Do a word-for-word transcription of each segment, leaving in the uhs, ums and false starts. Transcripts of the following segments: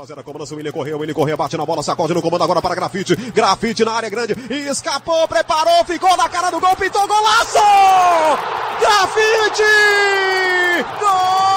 fazer a cobrança, o Willian correu, o Willian correu, bate na bola, sacode no comando agora para Grafite, Grafite na área grande, escapou, preparou, ficou na cara do gol, pintou golaço! Grafite! Gol!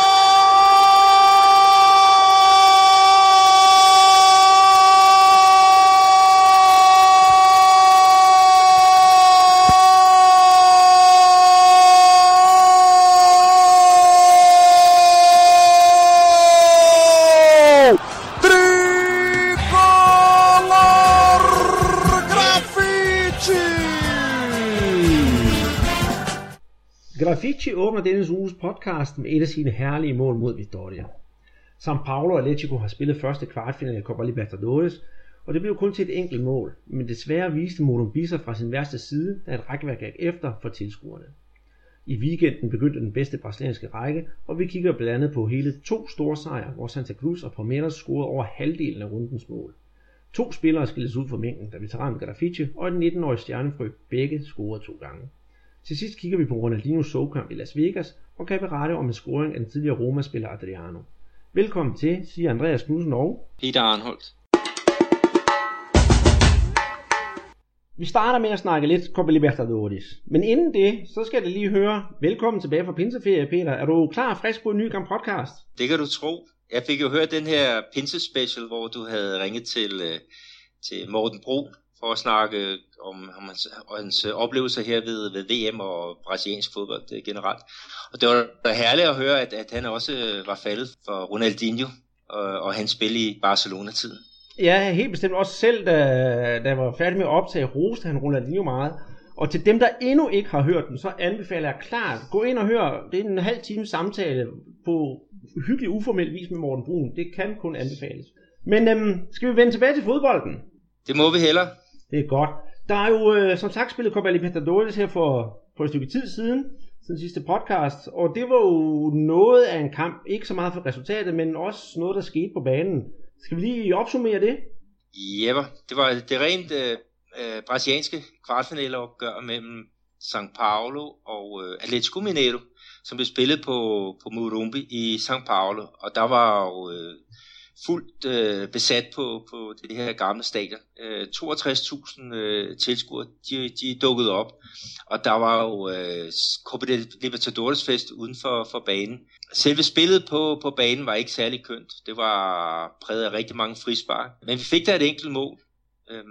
Grafite åbner denne uges podcast med et af sine herlige mål mod Vitória. São Paulo og Atlético har spillet første kvartfinale i Copa Libertadores, og det blev kun til et enkelt mål, men desværre viste Morumbi sig fra sin værste side, da et rækværk gik efter for tilskuerne. I weekenden begyndte den bedste brasilianske række, og vi kigger blandt andet på hele to store sejre, hvor Santa Cruz og Palmeiras scorede over halvdelen af rundens mål. To spillere skilles ud for mængden, da veteranen Grafite og den nitten-årige stjernefrø begge scorede to gange. Til sidst kigger vi på Ronaldinhos showkamp i Las Vegas og kan berette om en scoring af den tidligere Roma-spiller Adriano. Velkommen til, siger Andreas Knudsen og Peter Arnholdt. Vi starter med at snakke lidt Copa Libertadores. Men inden det, så skal jeg lige høre, velkommen tilbage fra pinseferie, Peter. Er du klar og frisk på en ny gang podcast? Det kan du tro. Jeg fik jo hørt den her pinse-special, hvor du havde ringet til, til Morten Brun for at snakke om, om hans, hans oplevelser her ved, ved V M og brasiliansk fodbold generelt. Og det var herligt at høre, at, at han også var faldet for Ronaldinho og, og hans spil i Barcelona-tiden. Ja, helt bestemt også selv, da, da jeg var færdig med at optage, roste han Ronaldinho meget. Og til dem, der endnu ikke har hørt den, så anbefaler jeg klart, gå ind og hør, det er en halv time samtale på hyggelig uformel vis med Morten Brun. Det kan kun anbefales. Men øhm, skal vi vende tilbage til fodbolden? Det må vi hellere. Det er godt. Der er jo øh, som sagt spillet Copa Libertadores her for, for et stykke tid siden, siden sidste podcast, og det var jo noget af en kamp, ikke så meget for resultatet, men også noget, der skete på banen. Skal vi lige opsummere det? Ja, det var det rent øh, øh, brasilianske kvartfinaleopgør mellem São Paulo og øh, Atlético Mineiro, som blev spillet på, på Morumbi i São Paulo, og der var jo øh, fuldt øh, besat på, på det her gamle stadion. Øh, toogtres tusind øh, tilskuere, de, de dukkede op, og der var jo øh, Copa Libertadores fest uden for, for banen. Selve spillet på, på banen var ikke særlig kønt. Det var præget af rigtig mange frispark. Men vi fik da et enkelt mål, øh,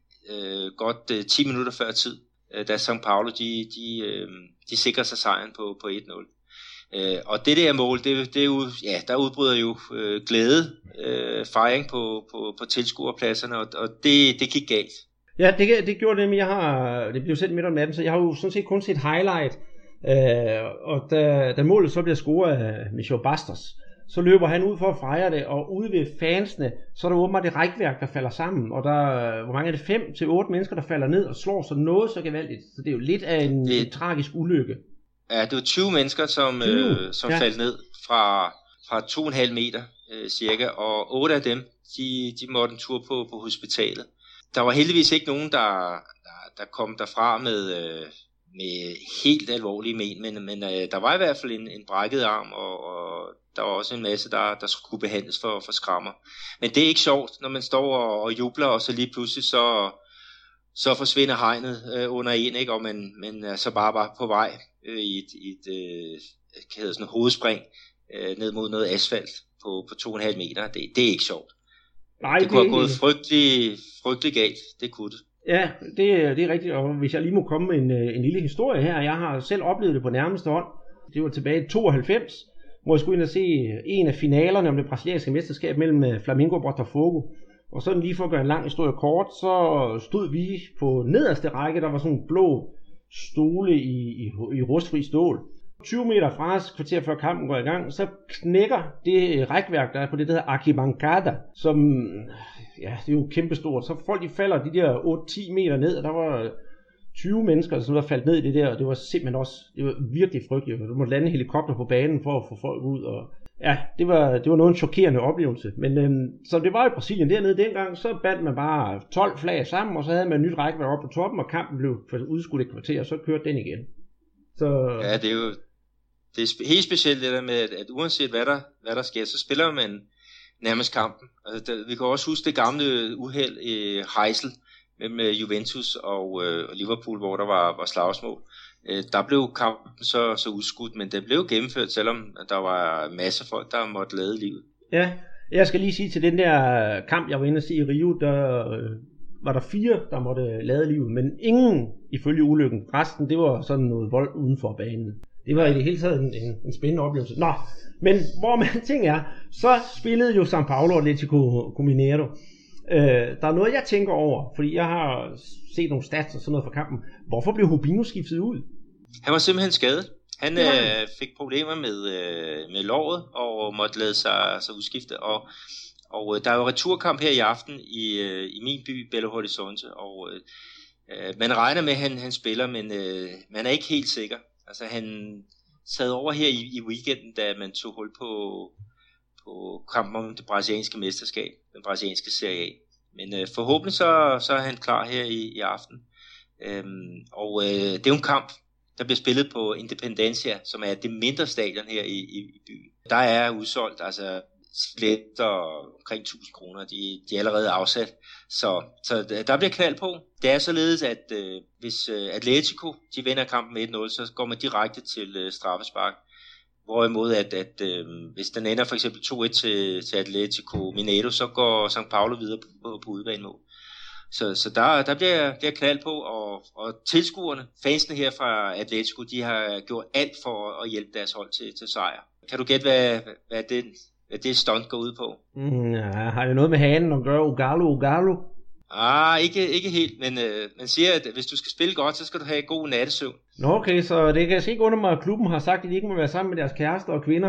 øh, godt øh, ti minutter før tid, øh, da São Paulo de, de, øh, de sikrer sig sejren på, på et nul. Øh, og det der mål, det, det er jo, ja, der udbryder jo øh, glæde, øh, fejring på, på, på tilskuerpladserne, og, og det, det gik galt. Ja, det, det gjorde det, men jeg har, det blev sendt midt om natten, så jeg har jo sådan set kun set highlight, øh, og da, da målet så bliver scoret af Michel Bastos, så løber han ud for at fejre det, og ude ved fansene, så er der åbenbart det rækværk, der falder sammen, og der, hvor mange er det, fem til otte mennesker, der falder ned og slår sig noget så gevaldigt, så det er jo lidt af en, det... en tragisk ulykke. Ja, det var tyve mennesker, som, øh, som ja. faldt ned fra, fra to komma fem meter øh, cirka, og otte af dem, de, de måtte en tur på, på hospitalet. Der var heldigvis ikke nogen, der, der, der kom derfra med, øh, med helt alvorlige men, men, men øh, der var i hvert fald en, en brækket arm, og, og der var også en masse, der, der skulle behandles for, for skrammer. Men det er ikke sjovt, når man står og, og jubler, og så lige pludselig så... så forsvinder hegnet øh, under en, ikke? Og man, man er så bare, bare på vej øh, i et, et øh, kan hedder sådan et hovedspring øh, ned mod noget asfalt på, på to komma fem meter. Det, det er ikke sjovt. Nej, det kunne det have gået frygtelig, frygtelig galt. Det kunne det. Ja, det, det er rigtigt. Og hvis jeg lige må komme med en, en lille historie her. Jeg har selv oplevet det på nærmeste hånd. Det var tilbage i tooghalvfems, hvor jeg skulle ind og se en af finalerne om det brasilianske mesterskab mellem Flamengo og Botafogo. Og sådan lige for at gøre en lang historie kort, så stod vi på nederste række, der var sådan en blå stole i, i, i rustfri stål. tyve meter fra os, kvarter før kampen går i gang, så knækker det rækværk, der er på det, der hedder arquibancada, som, ja, det er jo kæmpestort. Så folk de falder de der otte til ti meter ned, og der var tyve mennesker, som var faldt ned i det der, og det var simpelthen også, det var virkelig frygteligt. Du måtte lande helikopter på banen for at få folk ud, og ja, det var, det var noget en chokerende oplevelse. Men øhm, som det var i Brasilien dernede dengang, så bandt man bare tolv flag sammen, og så havde man et nyt rækværk op på toppen, og kampen blev udskudt et kvarter, og så kørte den igen. Så... Ja, det er jo det er helt specielt det der med, at, at uanset hvad der, hvad der sker, så spiller man nærmest kampen. Altså, der, vi kan også huske det gamle uheld i Heysel mellem Juventus og, øh, og Liverpool, hvor der var, var slagsmål. Øh, der blev kampen så, så udskudt, men den blev gennemført, selvom der var masser af folk, der måtte lade livet. Ja, jeg skal lige sige til den der kamp, jeg var inde og se i Rio, der øh, var der fire, der måtte lade livet, men ingen ifølge ulykken. Resten, det var sådan noget vold uden for banen. Det var i det hele taget en, en, en spændende oplevelse. Nå, men hvor man ting er, så spillede jo São Paulo og Atlético Mineiro. Øh, der er noget, jeg tænker over, fordi jeg har set nogle stats og sådan noget fra kampen. Hvorfor blev Rubinho skiftet ud? Han var simpelthen skadet. Han ja. øh, fik problemer med, øh, med låret og måtte lade sig, sig udskifte. Og, og øh, der er jo returkamp her i aften i, øh, i min by, Belo Horizonte. Og øh, man regner med, at han, han spiller, men øh, man er ikke helt sikker. Altså han sad over her i, i weekenden, da man tog hul på, på kampen om det brasilianske mesterskab, den brasilianske Serie A. Men øh, forhåbentlig så, så er han klar her i, i aften. Øhm, og øh, det er jo en kamp, der bliver spillet på Independencia, som er det mindre stadion her i, i, i byen. Der er udsolgt, altså billetter omkring tusind kroner, de, de er allerede afsat. Så, så der bliver knald på. Det er således, at øh, hvis øh, Atletico de vinder kampen med et nul, så går man direkte til øh, straffespark. Hvorimod, at, at øh, hvis den ender for eksempel to et til, til Atlético Mineiro, så går São Paulo videre på, på, på udbanemål. Så, så der, der bliver, bliver knald på, og, og tilskuerne, fansene her fra Atlético, de har gjort alt for at hjælpe deres hold til, til sejr. Kan du gætte, hvad, hvad, det, hvad det stunt går ud på? Mm, ja, har det noget med hanen at gøre? Ugalo, Ugalo? Ah, ikke, ikke helt, men øh, man siger, at hvis du skal spille godt, så skal du have god nattesøvn. Nå okay, så det kan ikke undre mig, at klubben har sagt, at de ikke må være sammen med deres kærester og kvinder.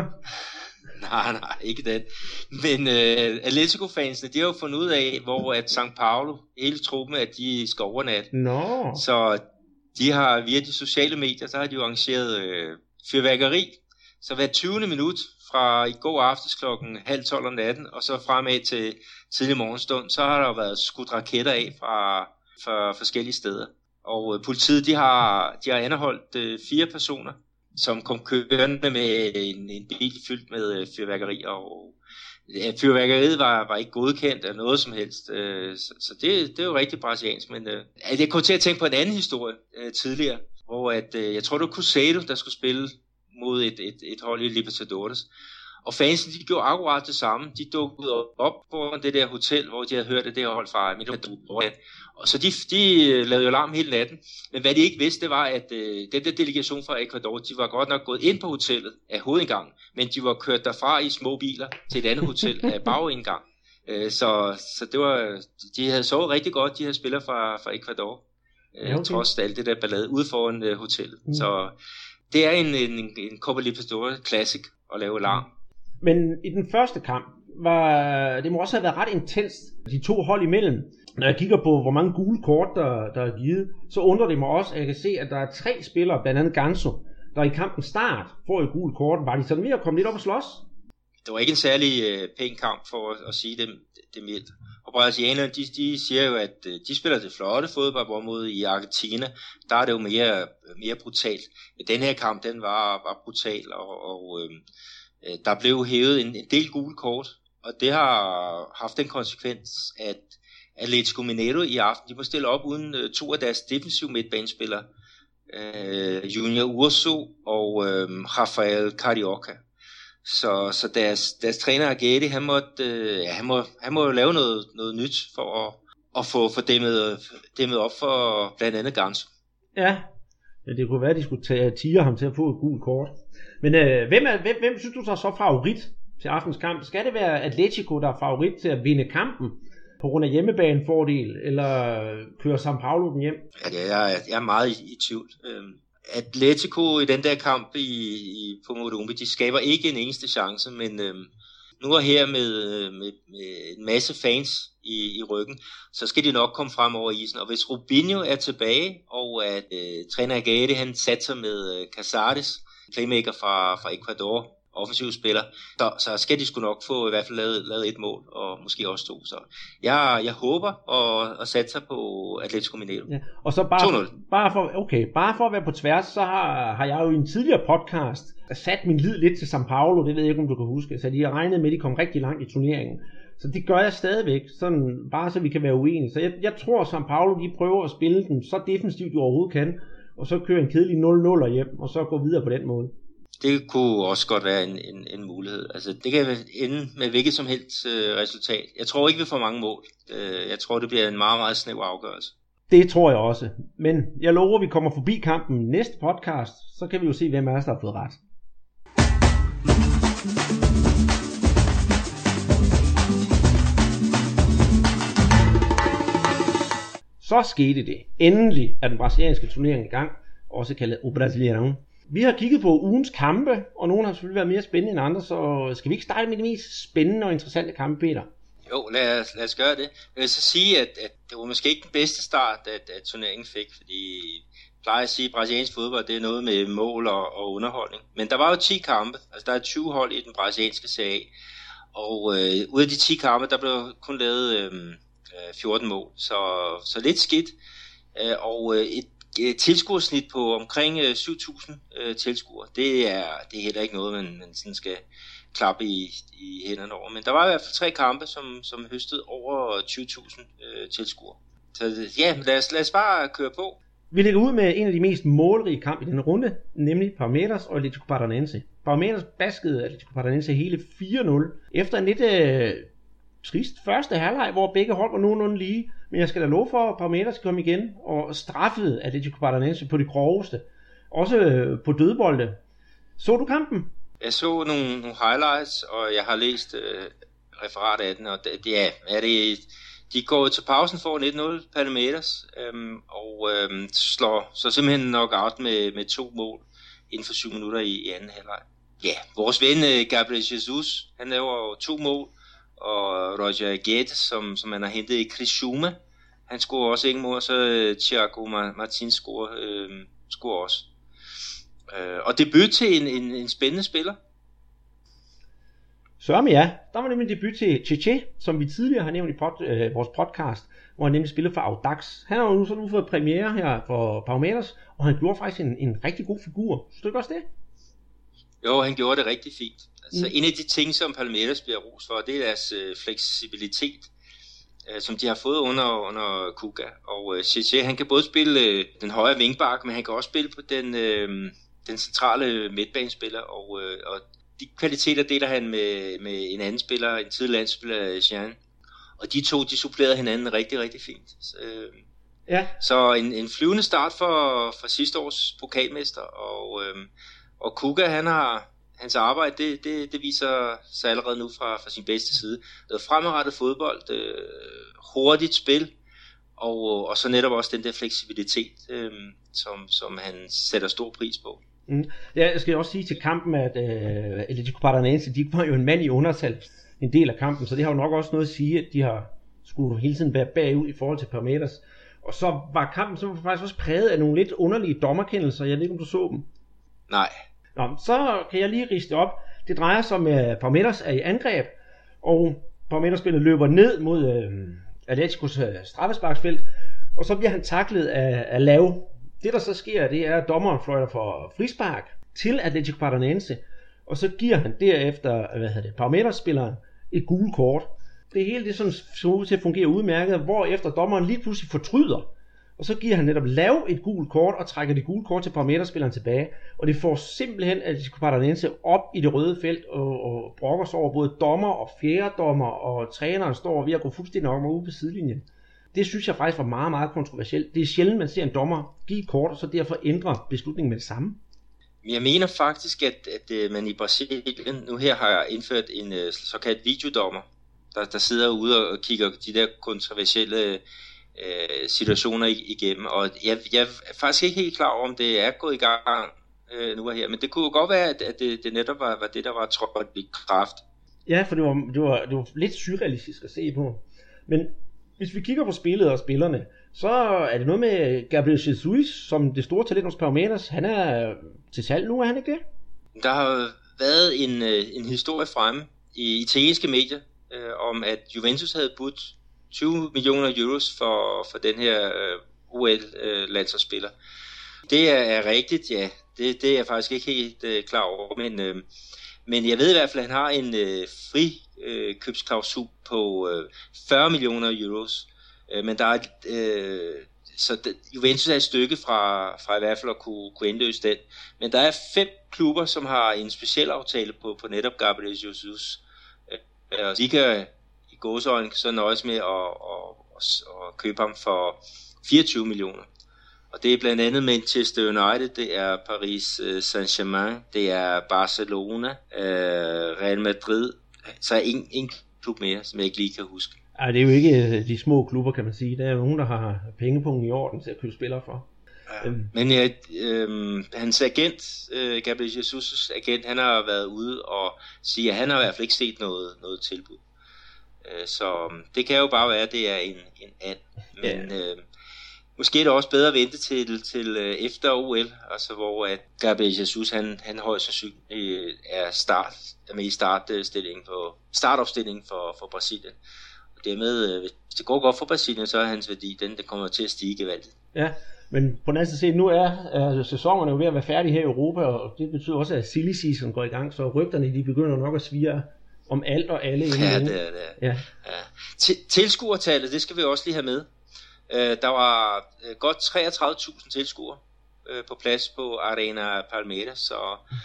Nej, nej, ikke den. Men øh, Atletico-fansene, de har jo fundet ud af, hvor at São Paulo, hele truppen, at de skal overnatte. Nå. Så de har via de sociale medier, så har de jo arrangeret øh, fyrværkeri. Så hver tyvende minut fra i går aftes klokken halv tolv om natten, og så fremad til tidlig morgenstund, så har der været skudt raketter af fra, fra forskellige steder. Og øh, politiet, de har, de har anholdt øh, fire personer, som kom kørende med en, en bil fyldt med øh, fyrværkeri, og ja, fyrværkeriet var, var ikke godkendt af noget som helst, øh, så, så det, det er jo rigtig brasiliansk, men øh, jeg kom til at tænke på en anden historie øh, tidligere, hvor at, øh, jeg tror det var Cruzeiro, der skulle spille mod et, et, et hold i Libertadores, og fansen, de gjorde akkurat det samme. De dukkede op på det der hotel, hvor de havde hørt, at det her hold fra Midtjylland. Og så de, de lavede jo larm hele natten. Men hvad de ikke vidste, det var, at øh, den der delegation fra Ecuador, de var godt nok gået ind på hotellet af hovedindgangen, men de var kørt derfra i små biler til et andet hotel af bagindgang. Øh, så, så det var, de havde sovet rigtig godt, de her spillere fra, fra Ecuador, øh, okay. Trods alt det der ballade ude foran øh, hotellet. Mm. Så det er en, en, en Copa Libertadores Classic at lave larm. Men i den første kamp, var, det må også have været ret intens, de to hold imellem. Når jeg kigger på, hvor mange gule kort, der, der er givet, så undrer det mig også, at jeg kan se, at der er tre spillere, blandt andet Ganso, der i kampen start får et gult kort. Var de sådan ved at komme lidt op og slås? Det var ikke en særlig øh, pæn kamp, for at, at sige det, det mildt. Og brasilianerne, de, de siger jo, at øh, de spiller det flotte fodbold, hvorimod i Argentina, der er det jo mere, mere brutalt. Men den her kamp, den var, var brutal, og, og øh, der blev hævet en, en del gule kort, og det har haft den konsekvens, at Atlético Mineiro i aften, de må stille op uden uh, to af deres defensive midtbanespillere, uh, Junior Urso og uh, Rafael Carioca. Så, så deres, deres træner Agedi, han måtte, uh, ja, han må, han må lave noget, noget nyt for at, at få for dæmmet, dæmmet op for blandt andet Ganso. Ja, det kunne være, at de skulle tage tire ham til at få et gult kort. Men øh, hvem, er, hvem, hvem synes du så så favorit til aftens kamp? Skal det være Atletico, der er favorit til at vinde kampen på grund af hjemmebanefordel, eller kører São Paulo den hjem? Ja, jeg, er, jeg er meget i, i tvivl. Øhm, Atletico i den der kamp i, i, på Morumbi, de skaber ikke en eneste chance, men øhm, nu er her med, med, med en masse fans i, i ryggen, så skal de nok komme frem over isen. Og hvis Rubinho er tilbage, og at øh, træner Agade, han satser med øh, Casares, playmaker fra, fra Ecuador, offensiv spiller, så, så skal de sgu nok få i hvert fald lavet, lavet et mål, og måske også to. Så jeg, jeg håber og, og satser på Atletico Mineiro. Ja, og så bare, bare, for, okay, bare for at være på tværs, så har, har jeg jo i en tidligere podcast sat min lid lidt til São Paulo, det ved jeg ikke, om du kan huske, så de har regnet med, at de kom rigtig langt i turneringen. Så det gør jeg stadigvæk, sådan, bare så vi kan være uenige. Så jeg, jeg tror, at São Paulo de prøver at spille den så defensivt, de overhovedet kan, og så køre en kedelig nul nul hjem, og så gå videre på den måde. Det kunne også godt være en, en, en mulighed. Altså, det kan ende med hvilket som helst øh, resultat. Jeg tror ikke, vi får mange mål. Øh, jeg tror, det bliver en meget, meget snæver afgørelse. Det tror jeg også. Men jeg lover, at vi kommer forbi kampen i næste podcast, så kan vi jo se, hvem af os, der har fået ret. Så skete det. Endelig er den brasilianske turnering i gang, også kaldet O Brasileirão. Vi har kigget på ugens kampe, og nogle har selvfølgelig været mere spændende end andre, så skal vi ikke starte med de mest spændende og interessante kampe, Peter? Jo, lad os, lad os gøre det. Jeg vil så sige, at, at det var måske ikke den bedste start, at, at turneringen fik, fordi jeg plejer at sige, at brasiliansk fodbold det er noget med mål og, og underholdning. Men der var jo ti kampe, altså der er tyve hold i den brasilianske serie, og øh, ud af de ti kampe, der blev kun lavet øh, fjorten mål, så, så lidt skidt, øh, og øh, et tilskuersnit på omkring syv tusind øh, tilskuere. Det er, det er heller ikke noget, man, man sådan skal klappe i, i hænderne over. Men der var i hvert fald tre kampe, som, som høstede over tyve tusind øh, tilskuere. Så ja, lad os, lad os bare køre på. Vi lægger ud med en af de mest målrige kampe i denne runde, nemlig Palmeiras og Atlético Paranaense. Palmeiras baskede Atlético Paranaense hele fire nul. Efter en lidt øh, trist første halvleg, hvor begge hold var nogenlunde lige. Men jeg skal da love for, at Palmeiras kom igen og straffede Atlético Paranaense på det groveste. Også øh, på dødbolde. Så du kampen? Jeg så nogle, nogle highlights, og jeg har læst øh, referat af den, og det, det er, er det, de går til pausen for et nul Palmeiras, øhm, og øhm, slår så simpelthen nok out med, med to mål inden for syv minutter i, i anden halvleg. Ja, vores ven øh, Gabriel Jesus, han laver to mål, og Roger Guedes, som, som man har hentet i Criciúma, han scorer også ingen mål, og så øh, Thiago Martins scorer, øh, scorer også. Øh, og debut til en, en, en spændende spiller. Sørme ja, der var nemlig debut til Cheche, som vi tidligere har nævnt i pod, øh, vores podcast, hvor han nemlig spillede for Audax. Han har jo nu så nu fået premiere her for Palmeiras, og han gjorde faktisk en, en rigtig god figur. Synes du ikke også det? Jo, han gjorde det rigtig fint. Altså, mm. En af de ting, som Palmeiras bliver ros for, det er deres øh, fleksibilitet, øh, som de har fået under, under Cuca. Og øh, Cheche, han kan både spille øh, den højre vingbak, men han kan også spille på den, øh, den centrale midtbanespiller, og, øh, og de kvaliteter deler han med, med en anden spiller, en tidligere landspiller, Jean. Og de to, de supplerede hinanden rigtig, rigtig fint. Så, øh, ja. så en, en flyvende start for, for sidste års pokalmester, og, øh, og Cuca, han har... Hans arbejde, det, det, det viser sig allerede nu fra, fra sin bedste side. Det er fremadrettet fodbold, øh, hurtigt spil, og, og så netop også den der fleksibilitet, øh, som, som han sætter stor pris på. Mm. Ja, jeg skal også sige til kampen, at øh, Atlético Paranaense, de var jo en mand i undertal en del af kampen, så det har jo nok også noget at sige, at de har skulle hele tiden være bagud i forhold til Palmeiras. Og så var kampen så var faktisk også præget af nogle lidt underlige dommerkendelser. Jeg ved ikke, om du så dem? Nej. Nå, så kan jeg lige riste op. Det drejer sig om, at Palmeiras er i angreb, og Palmeiras-spillet løber ned mod øh, Atleticos øh, straffesparksfelt, og så bliver han taklet af, af Lav. Det der så sker, det er, at dommeren fløjter for frispark til Atlético Paranaense, og så giver han derefter, hvad hedder det, Palmeiras-spilleren et gult kort. Det hele det sådan så ud til at fungere udmærket, hvorefter dommeren lige pludselig fortryder, og så giver han netop Lav et gult kort og trækker det gule kort til Palmeiras-spilleren tilbage, og det får simpelthen Atlético Paranaense op i det røde felt og, og brokker sig over både dommer og fjerdedommer, og træneren står ved at gå fuldstændig op og ude på sidelinjen. Det synes jeg faktisk var meget, meget kontroversielt. Det er sjældent, man ser en dommer give et kort, og så derfor ændre beslutningen med det samme. Jeg mener faktisk, at, at man i Brasilien nu her har indført en såkaldt videodommer, der, der sidder ude og kigger de der kontroversielle øh, situationer igennem. Og jeg, jeg er faktisk ikke helt klar over, om det er gået i gang øh, nu her, men det kunne jo godt være, at, at det, det netop var, var det, der var trådt i kraft. Ja, for det var, det, var, det var lidt surrealistisk at se på. Men hvis vi kigger på spillet og spillerne, så er det noget med Gabriel Jesus, som det store talent hos Palmeiras. Han er til salg nu, er han ikke det? Der har været en, en historie fremme i italienske medier, øh, om at Juventus havde budt tyve millioner euros for, for den her øh, O L-landsholdsspiller. Øh, det er, er rigtigt, ja. Det, det er jeg faktisk ikke helt øh, klar over, men, øh, men jeg ved i hvert fald, at han har en øh, frikøbsklausul øh, på øh, fyrre millioner euros. Øh, men der er øh, så det, Juventus er et stykke fra, fra i hvert fald at kunne, kunne indløse den. Men der er fem klubber, som har en speciel aftale på, på netop Gabriel Jesus. Øh, og de kan i gåseøjne så nøjes med at, at, at, at købe ham for fireogtyve millioner. Og det er blandt andet Manchester United, det er Paris Saint-Germain, det er Barcelona, øh, Real Madrid. Så er en, en klub mere, som jeg ikke lige kan huske. Ej, det er jo ikke de små klubber, kan man sige. Der er jo nogen, der har pengepunkten i orden til at købe spillere for. Ja, øhm. Men ja, øh, hans agent, øh, Gabriel Jesus' agent, han har været ude og sige, at han har i hvert fald ikke set noget, noget tilbud. Øh, så det kan jo bare være, at det er en, en and. Men ja. øh, måske er det også bedre at vente til, til øh, efter O L, altså hvor at Gabriel Jesus, han, han højst sandsynligt øh, er, start, er med i startstillingen på, startopstillingen for, for Brasilien. Og dermed, hvis det går godt for Brasilien, så er hans værdi, den, den kommer til at stige gevaldigt. Ja, men på den anden side, nu er, er sæsonerne jo ved at være færdige her i Europa, og det betyder også, at silly season går i gang, så rygterne de begynder nok at svire om alt og alle. Ja, det er det. Ja. Ja. Ja. Tilskuertallet, det skal vi også lige have med. Uh, der var uh, godt treogtredive tusind tilskuere uh, på plads på Arena Palmeiras, så,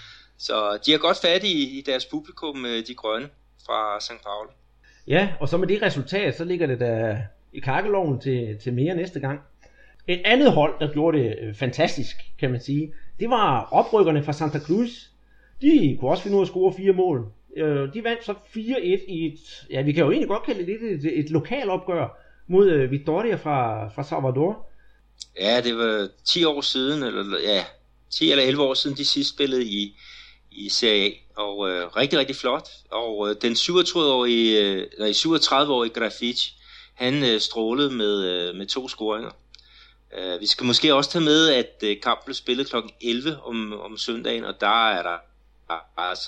så de har godt fat i, i deres publikum, uh, de grønne fra São Paulo. Ja, og så med det resultat, så ligger det der i kakkeloven til, til mere næste gang. Et andet hold, der gjorde det fantastisk, kan man sige, det var oprykkerne fra Santa Cruz. De kunne også finde ud af at score fire mål. De vandt så fire et i et, ja, vi kan jo egentlig godt kalde det et, et, et lokalopgør mod Vitória fra, fra Salvador. Ja, det var ti år siden, eller ja, ti eller elleve år siden, de sidst spillede i, i Serie A, og øh, rigtig, rigtig flot. Og øh, den syvogtredive-årige, øh, nej, syvogtredive-årige Graffici, han øh, strålede med, øh, med to scoringer. Uh, vi skal måske også tage med, at uh, kampen blev spillet klokken elleve om, om søndagen, og der er der altså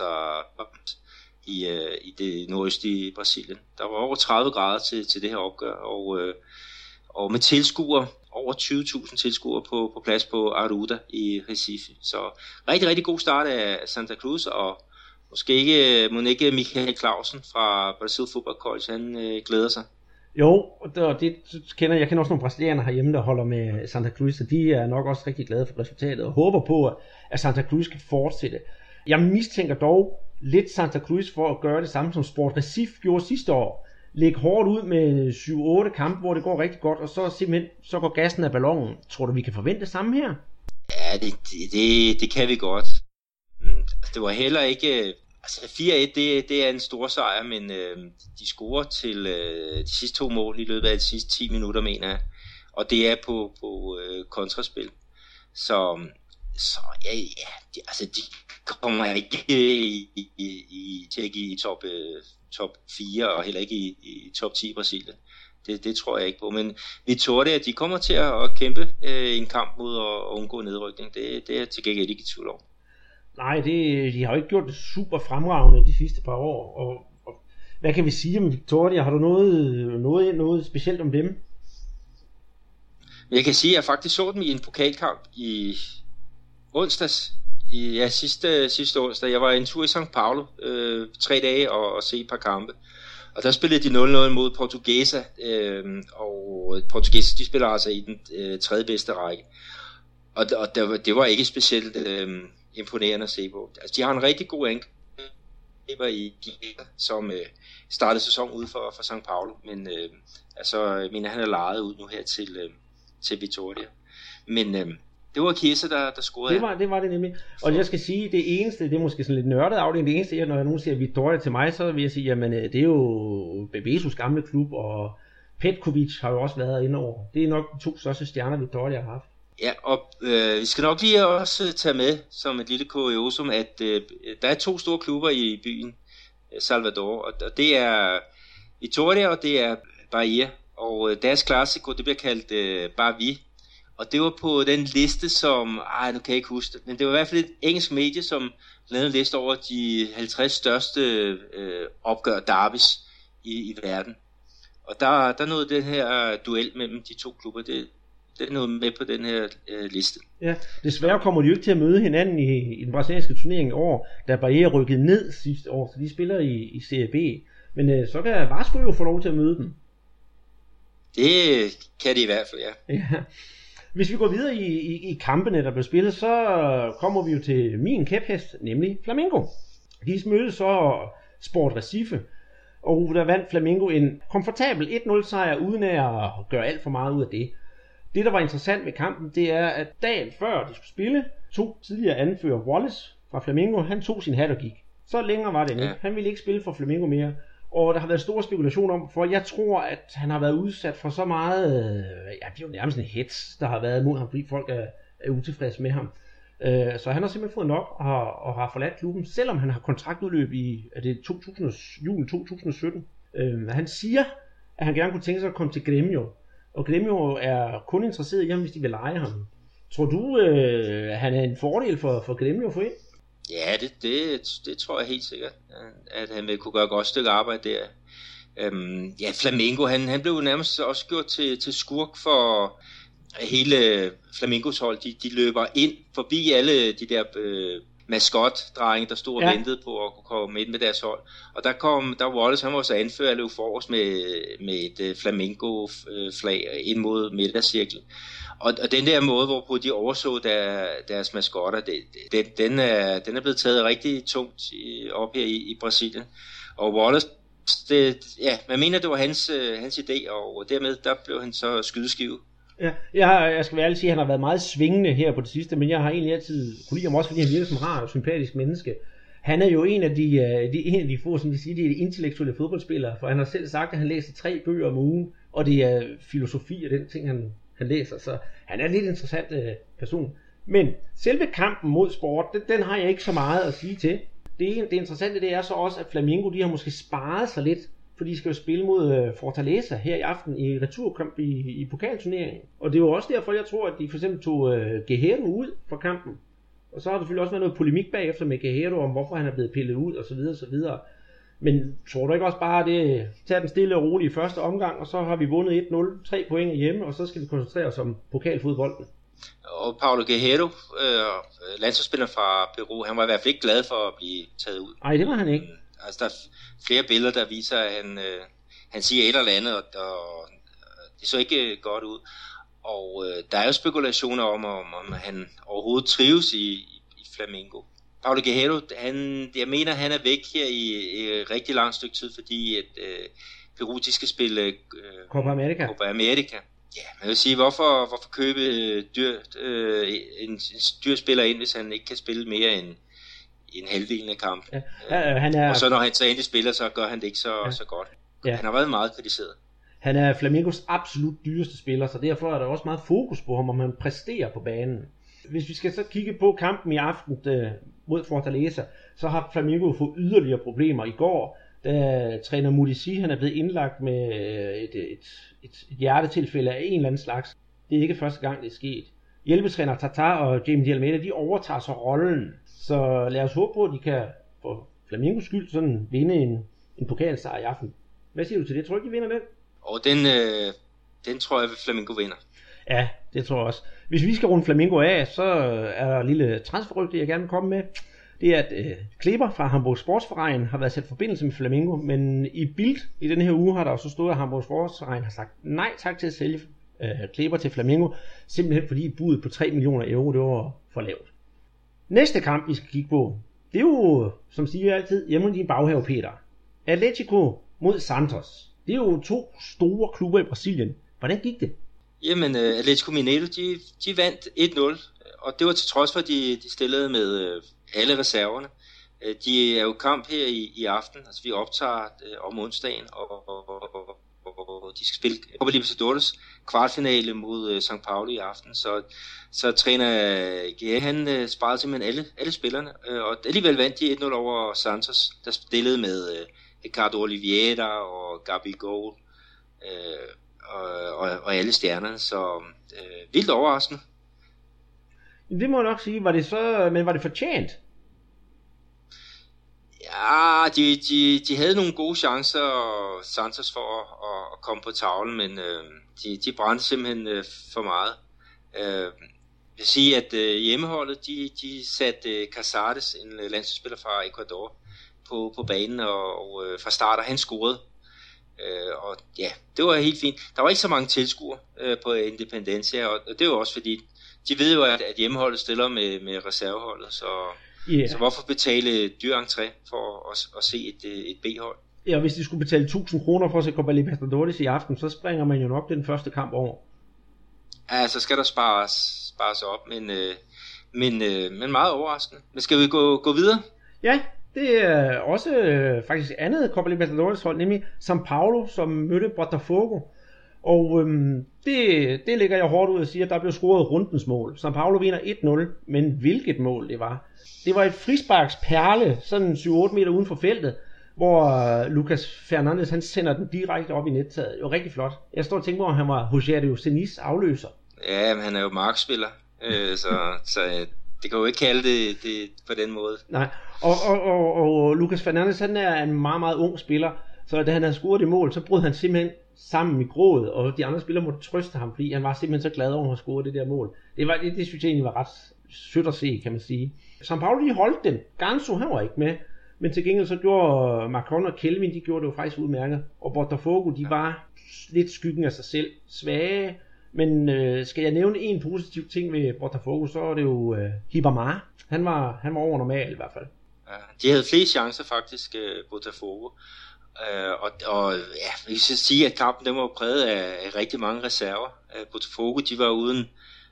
i, uh, i det nordøstlige Brasilien. Der var over tredive grader til, til det her opgør, og, uh, og med tilskuere, over tyve tusind tilskuere på, på plads på Arruda i Recife. Så rigtig, rigtig god start af Santa Cruz, og måske ikke, må ikke Michael Clausen fra Brazil Football College, han uh, glæder sig. Jo, og det kender jeg kender også nogle brasilianere herhjemme, der holder med Santa Cruz, og de er nok også rigtig glade for resultatet og håber på, at Santa Cruz kan fortsætte. Jeg mistænker dog lidt Santa Cruz for at gøre det samme som Sport Recife gjorde sidste år. Lægge hårdt ud med syv otte kampe, hvor det går rigtig godt, og så simpelthen så går gassen af ballonen. Tror du, vi kan forvente det samme her? Ja, det, det, det, det kan vi godt. Det var heller ikke... Altså fire et, det, det er en stor sejr, men øh, de scorer til øh, de sidste to mål i løbet af de sidste ti minutter, mener jeg. Og det er på, på øh, kontraspil. Så, så ja, ja de, altså de kommer ikke i, i, i, til at give i top, øh, top fire, og heller ikke i, i top ti i Brasilien. Det, det tror jeg ikke på. Men Vitória, de kommer til at kæmpe øh, en kamp mod at undgå nedrykning. Det, det er til gengæld ikke i tvivl om. Nej, det, de har jo ikke gjort det super fremragende de sidste par år. Og, og hvad kan vi sige om Vitória? Har du noget, noget, noget specielt om dem? Jeg kan sige, at jeg faktisk så dem i en pokalkamp i onsdags. I, ja, sidste, sidste onsdag. Jeg var en tur i São Paulo øh, tre dage og, og se et par kampe. Og der spillede de nul nul mod Portuguesa. Øh, og Portuguesa, de spiller altså i den øh, tredje bedste række. Og, og det, var, det var ikke specielt... Øh, imponerende at se på. Altså, de har en rigtig god angriber i Guia, som øh, startede sæsonen ude for, for São Paulo, men øh, altså, jeg mener, han er lejet ud nu her til, øh, til Vitória. Men øh, det var Chiesa, der, der scorede. Det var, det var det nemlig. Og jeg skal sige, det eneste, det er måske sådan lidt nørdet afdeling, det eneste, når nogen siger Vitória til mig, så vil jeg sige, jamen, det er jo Bebesus gamle klub, og Petkovic har jo også været inde over. Det er nok de to største stjerner, Vitória har haft. Ja, og øh, vi skal nok lige også tage med som et lille kuriosum, at øh, der er to store klubber i byen, Salvador, og, og det er Vitória, og det er Bahia, og øh, deres klassiko, det bliver kaldt øh, Bavi, Og det var på den liste, som, ej nu kan jeg ikke huske det, men det var i hvert fald et engelsk medie, som lavede en liste over de halvtreds største øh, opgør derbys i, i verden. Og der, der nåede den her duel mellem de to klubber, det, det nåede med på den her øh, liste. Ja, desværre kommer de jo ikke til at møde hinanden i, i den brasilianske turnering i år, da Bahia rykkede ned sidste år, så de spiller i, i Serie B. Men øh, så kan Vasco jo få lov til at møde dem. Det kan de i hvert fald, ja. Ja. Hvis vi går videre i, i, i kampene, der bliver spillet, så kommer vi jo til min kæphest, nemlig Flamengo. De mødte så Sport Recife, og der vandt Flamengo en komfortabel et nul sejr, uden at gøre alt for meget ud af det. Det, der var interessant ved kampen, det er, at dagen før de skulle spille, to tidligere anfører Wallace fra Flamengo, han tog sin hat og gik. Så længere var det ikke. Han ville ikke spille for Flamengo mere. Og der har været store spekulationer om, for jeg tror, at han har været udsat for så meget, ja, det er jo nærmest en hets, der har været mod ham, fordi folk er, er utilfredse med ham. Uh, så han har simpelthen fået nok og, og har forladt klubben, selvom han har kontraktudløb i er det to tusind, juli to tusind og sytten. Uh, han siger, at han gerne kunne tænke sig at komme til Grêmio, og Grêmio er kun interesseret i ham, hvis de vil leje ham. Tror du, uh, at han er en fordel for, for Grêmio at få ind? Ja, det, det, det tror jeg helt sikkert, at han vil kunne gøre et godt stykke arbejde der. Øhm, ja, Flamengo, han, han blev nærmest også gjort til, til skurk for hele Flamengos hold. De, de løber ind forbi alle de der øh, maskot-drenge, der stod og ja. ventede på at kunne komme ind med deres hold. Og der kom, der Wallace, han var så anført at løbe forrest med, med et uh, Flamengo-flag ind mod midtercirklen. Og, og den der måde, hvorpå de overså der, deres maskotter, det, det, den, er, den er blevet taget rigtig tungt i, op her i, i Brasilien. Og Wallace, det, ja, man mener, det var hans, hans idé, og dermed der blev han så skydeskive. Ja, jeg, jeg skal være ærlig sige, at han har været meget svingende her på det sidste, men jeg har egentlig altid kunne lide ham også, fordi han virker som rar og sympatisk menneske. Han er jo en af de, de, en af de få, som de siger, de er de intellektuelle fodboldspillere, for han har selv sagt, at han læser tre bøger om ugen, og det er filosofi og den ting, han, han læser, så han er en lidt interessant øh, person. Men selve kampen mod Sport, den, den har jeg ikke så meget at sige til. Det, det interessante det er så også, at Flamengo, de har måske sparet sig lidt, for de skal jo spille mod øh, Fortaleza her i aften i returkamp i, i pokalturneringen. Og det er jo også derfor, jeg tror, at de for eksempel tog øh, Guerrero ud fra kampen. Og så har der selvfølgelig også været noget polemik bagefter med Guerrero om, hvorfor han er blevet pillet ud osv. osv. Men tror du ikke også bare, at det tager den stille og roligt i første omgang, og så har vi vundet et nul, tre point hjemme, og så skal vi koncentrere os om pokalfodbolden? Og Paulo Guerrero, øh, landsholdsspiller fra Peru, han var i hvert fald ikke glad for at blive taget ud. Nej, det var han ikke. Altså, der er flere billeder, der viser, at han, øh, han siger et eller andet, og, og det så ikke godt ud. Og øh, der er jo spekulationer om, om, om han overhovedet trives i, i, i Flamengo. Paulo Guerrero, han, jeg mener, han er væk her i, i et rigtig langt stykke tid, fordi at øh, Peru, de skal spille øh, Copa America. Copa America. Ja, man vil sige, hvorfor, hvorfor købe dyr, øh, en, en dyr spiller ind, hvis han ikke kan spille mere end en halvdelen af kampen. Ja. Ja, han er... Og så når han så endelig spiller, så gør han det ikke så, ja. så godt. Ja. Han har været meget kritiseret. Han er Flamengos absolut dyreste spiller, så derfor er der også meget fokus på ham, om han præsterer på banen. Hvis vi skal så kigge på kampen i aften øh, mod Fortaleza, så har Flamengo fået yderligere problemer. I går, da træner Mudici, han er blevet indlagt med et, et, et, et hjertetilfælde af en eller anden slags. Det er ikke første gang, det er sket. Hjælpetræner Tatar og Jamie de Almeida, de overtager så rollen. Så lad os håbe på, at de kan for Flamengos skyld sådan vinde en, en pokalsejr i aften. Hvad siger du til det? Tror du ikke, de vinder den? Og den, øh, den tror jeg, at Flamengo vinder. Ja, det tror jeg også. Hvis vi skal runde Flamengo af, så er der en lille transferrygte, jeg gerne vil komme med. Det er, at øh, Kleber fra Hamburg Sportsverein har været sat forbindelse med Flamengo, men i Bild i den her uge har der også stået, at Hamburg Sportsverein har sagt nej tak til at sælge øh, Kleber til Flamengo, simpelthen fordi budet på tre millioner euro, det var for lavt. Næste kamp, vi skal kigge på, det er jo, som siger altid, hjemme i din baghave, Peter. Atletico mod Santos. Det er jo to store klubber i Brasilien. Hvordan gik det? Jamen, uh, Atletico Mineiro, de, de vandt et nul, og det var til trods for, at de, de stillede med uh, alle reserverne. Uh, de er jo kamp her i, i aften, altså vi optager uh, om onsdagen, og, og, og, og, og de skal spille Copa Libertadores kvartfinale mod uh, São Paulo i aften, så, så træner G A, han uh, sparede simpelthen alle, alle spillerne, uh, og alligevel vandt de et nul over Santos, der stillede med uh, Ricardo Oliveira og Gabigol, uh, og, og, og alle stjernerne, så øh, vildt overraskende. Det må jeg nok sige, var det så, men var det fortjent? Ja, de, de, de havde nogle gode chancer, Santos, for at, at, at komme på tavlen, men øh, de, de brændte simpelthen øh, for meget. Øh, jeg vil sige, at øh, hjemmeholdet, de, de satte øh, Casares, en øh, landsholdsspiller fra Ecuador, på, på banen, og, og øh, fra start, og han scorede. Øh, og ja, det var helt fint. Der var ikke så mange tilskuere øh, på Independencia, og, og det var også fordi, de ved jo, at, at hjemmeholdet stiller med, med reserveholdet, så... Yeah. Så hvorfor betale dyr entré for at, at se et, et B-hold? Ja, og hvis de skulle betale tusind kroner for at se Copa Libertadores i aften, så springer man jo nok den første kamp over. Ja, så skal der spares, spares op, men, øh, men, øh, men meget overraskende. Men skal vi gå, gå videre? Ja, det er også øh, faktisk andet Copa Libertadores hold, nemlig São Paulo, som mødte Botafogo. Og øhm, det, det ligger jeg hårdt ud at sige, at der blev scoret rundens mål. São Paulo vinder et nul, men hvilket mål det var. Det var et frisparksperle, sådan syv otte meter uden for feltet, hvor uh, Lucas Fernandes, han sender den direkte op i nettaget. Det var rigtig flot. Jeg står og tænker på, at han var Rogério Cenis afløser. Ja, men han er jo markspiller, øh, så, så det kan jo ikke kalde det, det på den måde. Nej, og, og, og, og Lucas Fernandes, han er en meget, meget ung spiller, så da han havde scoret det mål, så brød han simpelthen sammen i grådet, og de andre spillere måtte trøste ham, fordi han var simpelthen så glad over at have scoret det der mål. Det, var, det, det synes jeg egentlig var ret sødt at se, kan man sige. São Paulo, de holdt den. Ganso, han var ikke med, men til gengæld så gjorde Marcon og Kelvin, de gjorde det jo faktisk udmærket, og Botafogo, de var lidt skyggen af sig selv, svage, men øh, skal jeg nævne en positiv ting ved Botafogo, så er det jo øh, Ribamar. Han var, han var over normal i hvert fald. Ja, de havde flere chancer faktisk, Botafogo. Uh, og, og ja, jeg vil sige, at kampen den var præget af, af rigtig mange reserver. Uh, Botafogo, de var uden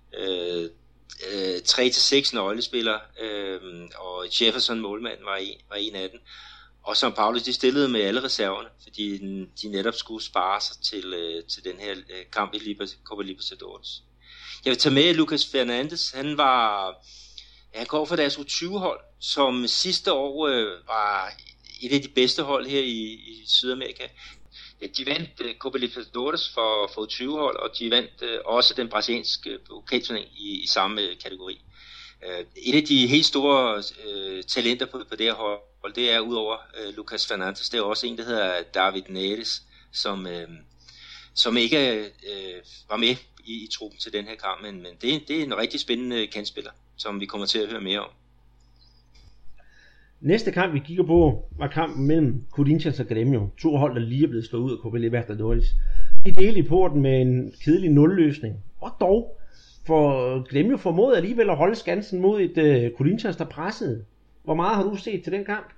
uh, uh, tre til seks nøglespillere, uh, og Jefferson, målmanden, var en, var en af dem. Og São Paulo, de stillede med alle reserverne, fordi de netop skulle spare sig til, uh, til den her uh, kamp i Copa Libertadores. Jeg vil tage med Lucas Fernandes. Han var ja, han går fra deres U tyve hold, som sidste år uh, var et af de bedste hold her i, i Sydamerika. Ja, de vandt uh, Copa Libertadores for, for U tyve hold, og de vandt uh, også den brasilianske pokalturnering i, i samme uh, kategori. Uh, et af de helt store uh, talenter på, på det her hold, det er udover uh, Lucas Fernandes, det er også en, der hedder David Neres, som, uh, som ikke uh, var med i, i truppen til den her kamp, men, men det, det er en rigtig spændende kandspiller, som vi kommer til at høre mere om. Næste kamp, vi kigger på, var kampen mellem Corinthians og Grêmio. To hold, der lige er blevet slået ud af Copa Libertadores. De delte i porten med en kedelig nulløsning. Og dog, for Grêmio formåede alligevel at holde skansen mod et uh, Corinthians, der pressede. Hvor meget har du set til den kamp?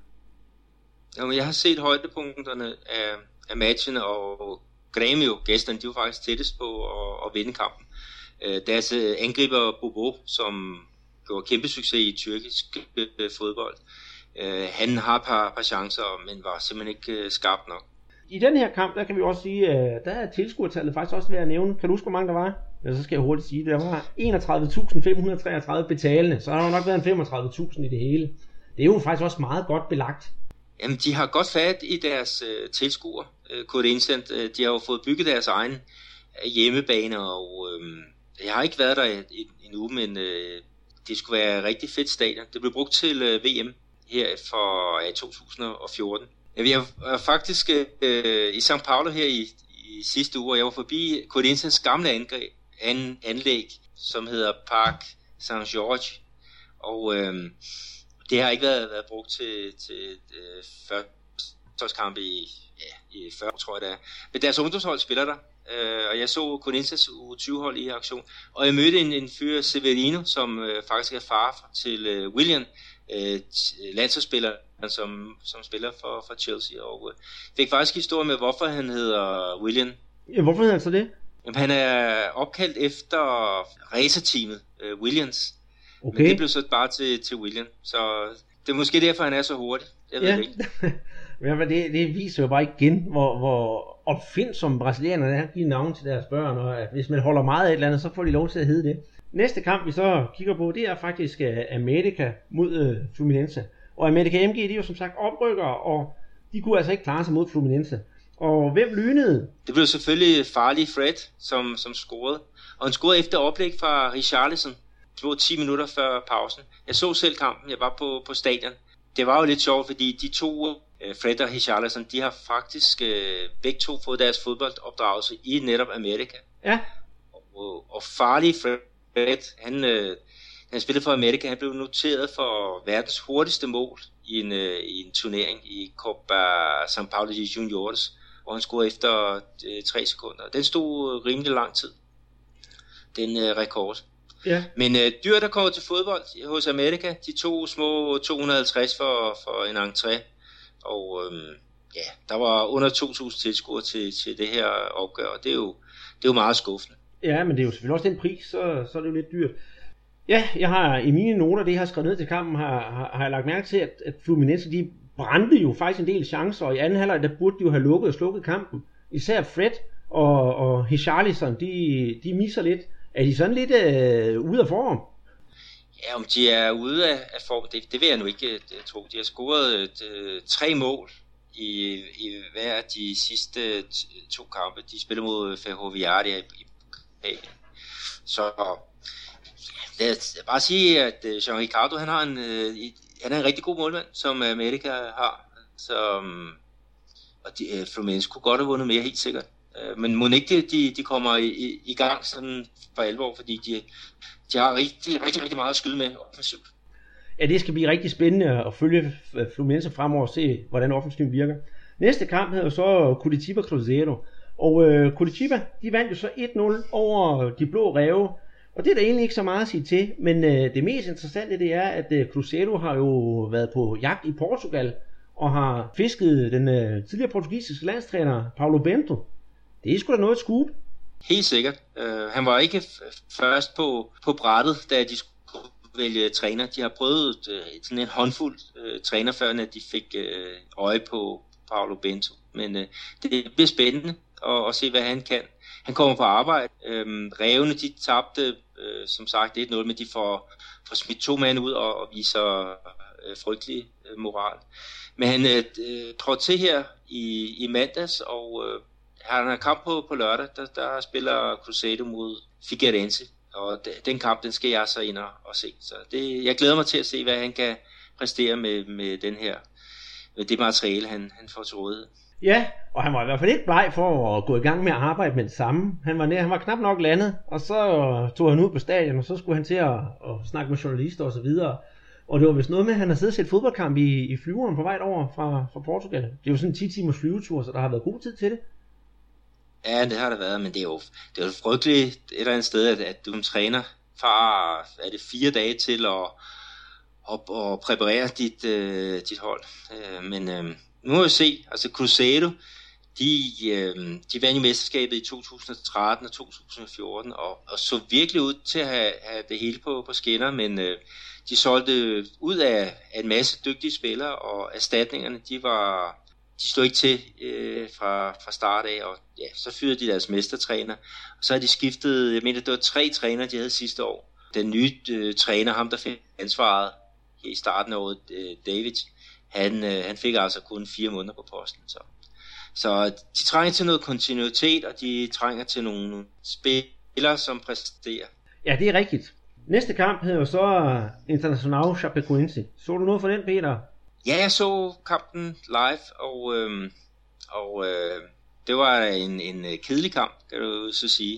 Jamen, jeg har set højdepunkterne af, af matchen, og Grêmio, gæsterne, de var faktisk tættest på at, at vinde kampen. Uh, deres uh, angriber Bobo, som gjorde kæmpe succes i tyrkisk uh, fodbold. Uh, han har et par, par chancer, men var simpelthen ikke uh, skarp nok. I den her kamp, der kan vi også sige, at uh, der er tilskuertallet faktisk også ved at nævne. Kan du huske, hvor mange der var? Ja, så skal jeg hurtigt sige, der var enogtredive tusind fem hundrede treogtredive betalende, så har der nok været en femogtredive tusind i det hele. Det er jo faktisk også meget godt belagt. Jamen, de har godt fat i deres uh, tilskuere. Uh, Corinthians, uh, de har jo fået bygget deres egen uh, hjemmebane, og uh, jeg har ikke været der endnu, men uh, det skulle være et rigtig fedt stadion. Det blev brugt til uh, V M her for ja, to tusind og fjorten. Vi var faktisk øh, i São Paulo her i, i sidste uge, og jeg var forbi Corinthians gamle angreb, an, anlæg, som hedder Park São Jorge, og øh, det har ikke været, været brugt til, til øh, førsteholdskampe i, ja, i fyrre, tror jeg det er. Men deres ungdomshold spiller der, øh, og jeg så Corinthians U tyve hold i aktion, og jeg mødte en, en fyr, Severino, som øh, faktisk er far til øh, William, øh, landsholdsspiller, som, som spiller for, for Chelsea, og øh, fik faktisk historie med, hvorfor han hedder William. Ja, hvorfor hedder han så det? Jamen, han er opkaldt efter racerteamet øh, Williams, okay. Men det blev så bare til, til William, så det er måske derfor, han er så hurtig. Jeg ved ja. det ikke. Men det, det viser jo bare igen, hvor, hvor opfindsomme brasilianerne er at give navn til deres børn, og at hvis man holder meget af et eller andet, så får de lov til at hedde det. Næste kamp, vi så kigger på, det er faktisk uh, America mod uh, Fluminense. Og America M G, de er jo som sagt oprykker, og de kunne altså ikke klare sig mod Fluminense. Og hvem lynede? Det blev selvfølgelig Farley Fred, som, som scorede. Og han scorede efter oplæg fra Richarlison. Det var ti minutter før pausen. Jeg så selv kampen, jeg var på, på stadion. Det var jo lidt sjovt, fordi de to, øh, Fred og Richarlison, de har faktisk øh, begge to fået deres fodboldopdragelse i netop Amerika. Ja. Og, og Farley Fred, han, øh, han spillede for Amerika, han blev noteret for verdens hurtigste mål i en, øh, i en turnering i Copa São Paulo de Juniores, hvor han scorede efter øh, tre sekunder. Den stod rimelig lang tid, den øh, rekord. Ja. Men øh, dyr, der kommer til fodbold hos Amerika, de to små to hundrede og halvtreds for, for en entré. Og øhm, ja, der var under to tusind tilskuere til, til det her opgør, og det er jo, det er jo meget skuffende. Ja, men det er jo selvfølgelig også den pris, så, så er det jo lidt dyrt. Ja, jeg har i mine noter, det jeg har skrevet ned til kampen, har, har, har jeg lagt mærke til, at, at Fluminense, de brændte jo faktisk en del chancer, og i anden halvleg, der burde de jo have lukket og slukket kampen. Især Fred og, og Richarlison, de, de misser lidt. Er de sådan lidt øh, ude af form? Ja, om de er ude af, af form, det, det vil jeg nu ikke det, tro. De har scoret et, øh, tre mål i, i hver af de sidste t- to kampe. De spiller mod Ferroviaria i, i Italien. Så ja, jeg vil bare sige, at Jean Ricardo, han har en, øh, han er en rigtig god målmand, som Amerika har. Så, um, og de, øh, Fluminense kunne godt have vundet mere, helt sikkert. Men må ikke de, de kommer i, i, i gang sådan for alvor, fordi de, de har rigtig, rigtig, rigtig meget at skyde med offensivt. Ja, det skal blive rigtig spændende at følge Fluminense fremover og se, hvordan offensiven virker. Næste kamp hedder så Curitiba Cruzeiro. Og øh, Curitiba, de vandt jo så et nul over de blå ræve. Og det er der egentlig ikke så meget at sige til, men øh, det mest interessante det er, at øh, Cruzeiro har jo været på jagt i Portugal, og har fisket den øh, tidligere portugisiske landstræner Paulo Bento. Det er sgu da noget scoop. Helt sikkert. Uh, han var ikke f- først på, på brættet, da de skulle vælge træner. De har prøvet uh, sådan en håndfuld uh, træner, før at de fik uh, øje på Paulo Bento. Men uh, det bliver spændende at, at se, hvad han kan. Han kommer på arbejde. Uh, Rævene, de tabte, uh, som sagt, et nul, men de får, får smidt to mand ud og, og viser uh, frygtelig uh, moral. Men han uh, trådte til her i, i mandags, og uh, han har kamp på, på lørdag, der, der spiller Cruzeiro mod Figueirense, og den kamp, den skal jeg så ind og, og se. Så det, jeg glæder mig til at se, hvad han kan præstere med, med den her, med det materiale, han, han får til rådighed. Ja, og han var i hvert fald ikke bleg for at gå i gang med at arbejde med det samme. Han var, nær, han var knap nok landet, og så tog han ud på stadion, og så skulle han til at, at snakke med journalister og så videre. Og det var vist noget med, at han har siddet og set fodboldkamp i, i flyveren på vej over fra, fra Portugal. Det er jo sådan en ti timers flyvetur, så der har været god tid til det. Ja, det har det været, men det er jo, det er jo frygteligt et eller andet sted, at, at du som træner far, er det fire dage til at, at, at præparere dit, uh, dit hold. Uh, men uh, nu må vi se, altså Cruzeiro, de, uh, de vandt i mesterskabet i to tusind og tretten og to tusind og fjorten, og, og så virkelig ud til at have, have det hele på, på skinner, men uh, de solgte ud af, af en masse dygtige spillere, og erstatningerne, de var... De stod ikke til øh, fra, fra start af, og ja, så fyrede de deres mestertræner. Og så har de skiftet, jeg mener, det var tre træner, de havde sidste år. Den nye øh, træner, ham der fik ansvaret i starten af året, øh, David, han, øh, han fik altså kun fire måneder på posten. Så. så de trænger til noget kontinuitet, og de trænger til nogle spillere, som præsterer. Ja, det er rigtigt. Næste kamp hedder jo så Internacional Chapecoense. Så du noget for den, Peter? Ja, jeg så kampen live, og, øhm, og øh, det var en, en kedelig kamp, kan du så sige.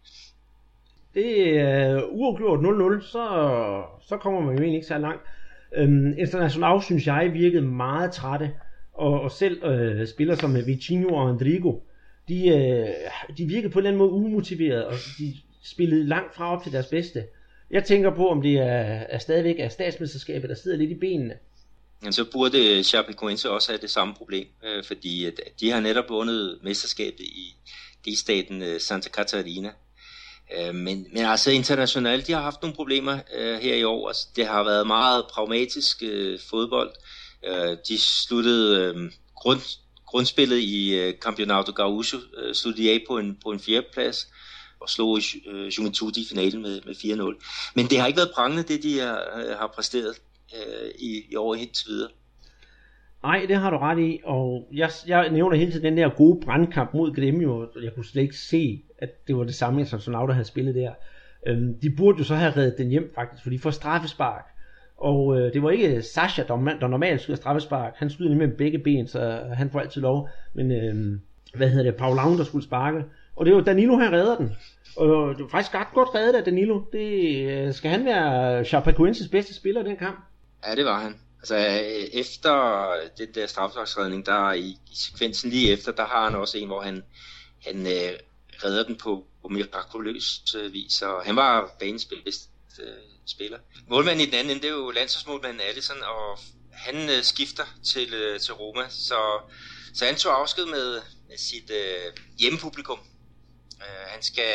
Det er uafgjort nul nul, så, så kommer man jo egentlig ikke så langt. Øhm, Internacional, synes jeg, virkede meget trætte, og, og selv øh, spillere som Vitinho og Andrigo, de, øh, de virkede på en eller anden måde umotiveret, og de spillede langt fra op til deres bedste. Jeg tænker på, om det er, er stadigvæk er statsmesterskabet, der sidder lidt i benene. Men så burde Chapecoense også have det samme problem, øh, fordi at de har netop vundet mesterskabet i delstaten øh, Santa Catarina. Øh, men, men altså internationalt, de har haft nogle problemer øh, her i år. Altså, det har været meget pragmatisk øh, fodbold. Øh, de sluttede øh, grund, grundspillet i øh, Campeonato Gaúcho, øh, sluttede af på en, på en fjerdeplads og slog øh, Juventude i finalen med, med fire nul. Men det har ikke været prangende, det de har, øh, har præsteret i, i år indtil videre. Nej, det har du ret i, og jeg, jeg nævner hele tiden den der gode brandkamp mod Grêmio. Jeg kunne slet ikke se, at det var det samme, som Sonauta havde spillet der. Øhm, de burde jo så have reddet den hjem faktisk, for de får straffespark. Og øh, det var ikke Sasha, der, der normalt skyder straffespark. Han skyder nemlig med begge ben, så han får altid lov. Men øh, hvad hedder det, Paulão, der skulle sparke. Og det var Danilo, han redder den. Og det var faktisk ret godt reddet af Danilo. Det, skal han være Chapecoenses bedste spiller i den kamp? Ja, det var han. Altså efter den der straffesparksredning, der i, i sekvensen lige efter, der har han også en, hvor han, han øh, redder den på, på mirakuløs øh, vis. Og han var banens bedste øh, spiller. Målmanden i den anden ende, det er jo landsholdsmålmanden Alisson, og han øh, skifter til, øh, til Roma. Så, så han tog afsked med, med sit øh, hjemmepublikum. Uh, han skal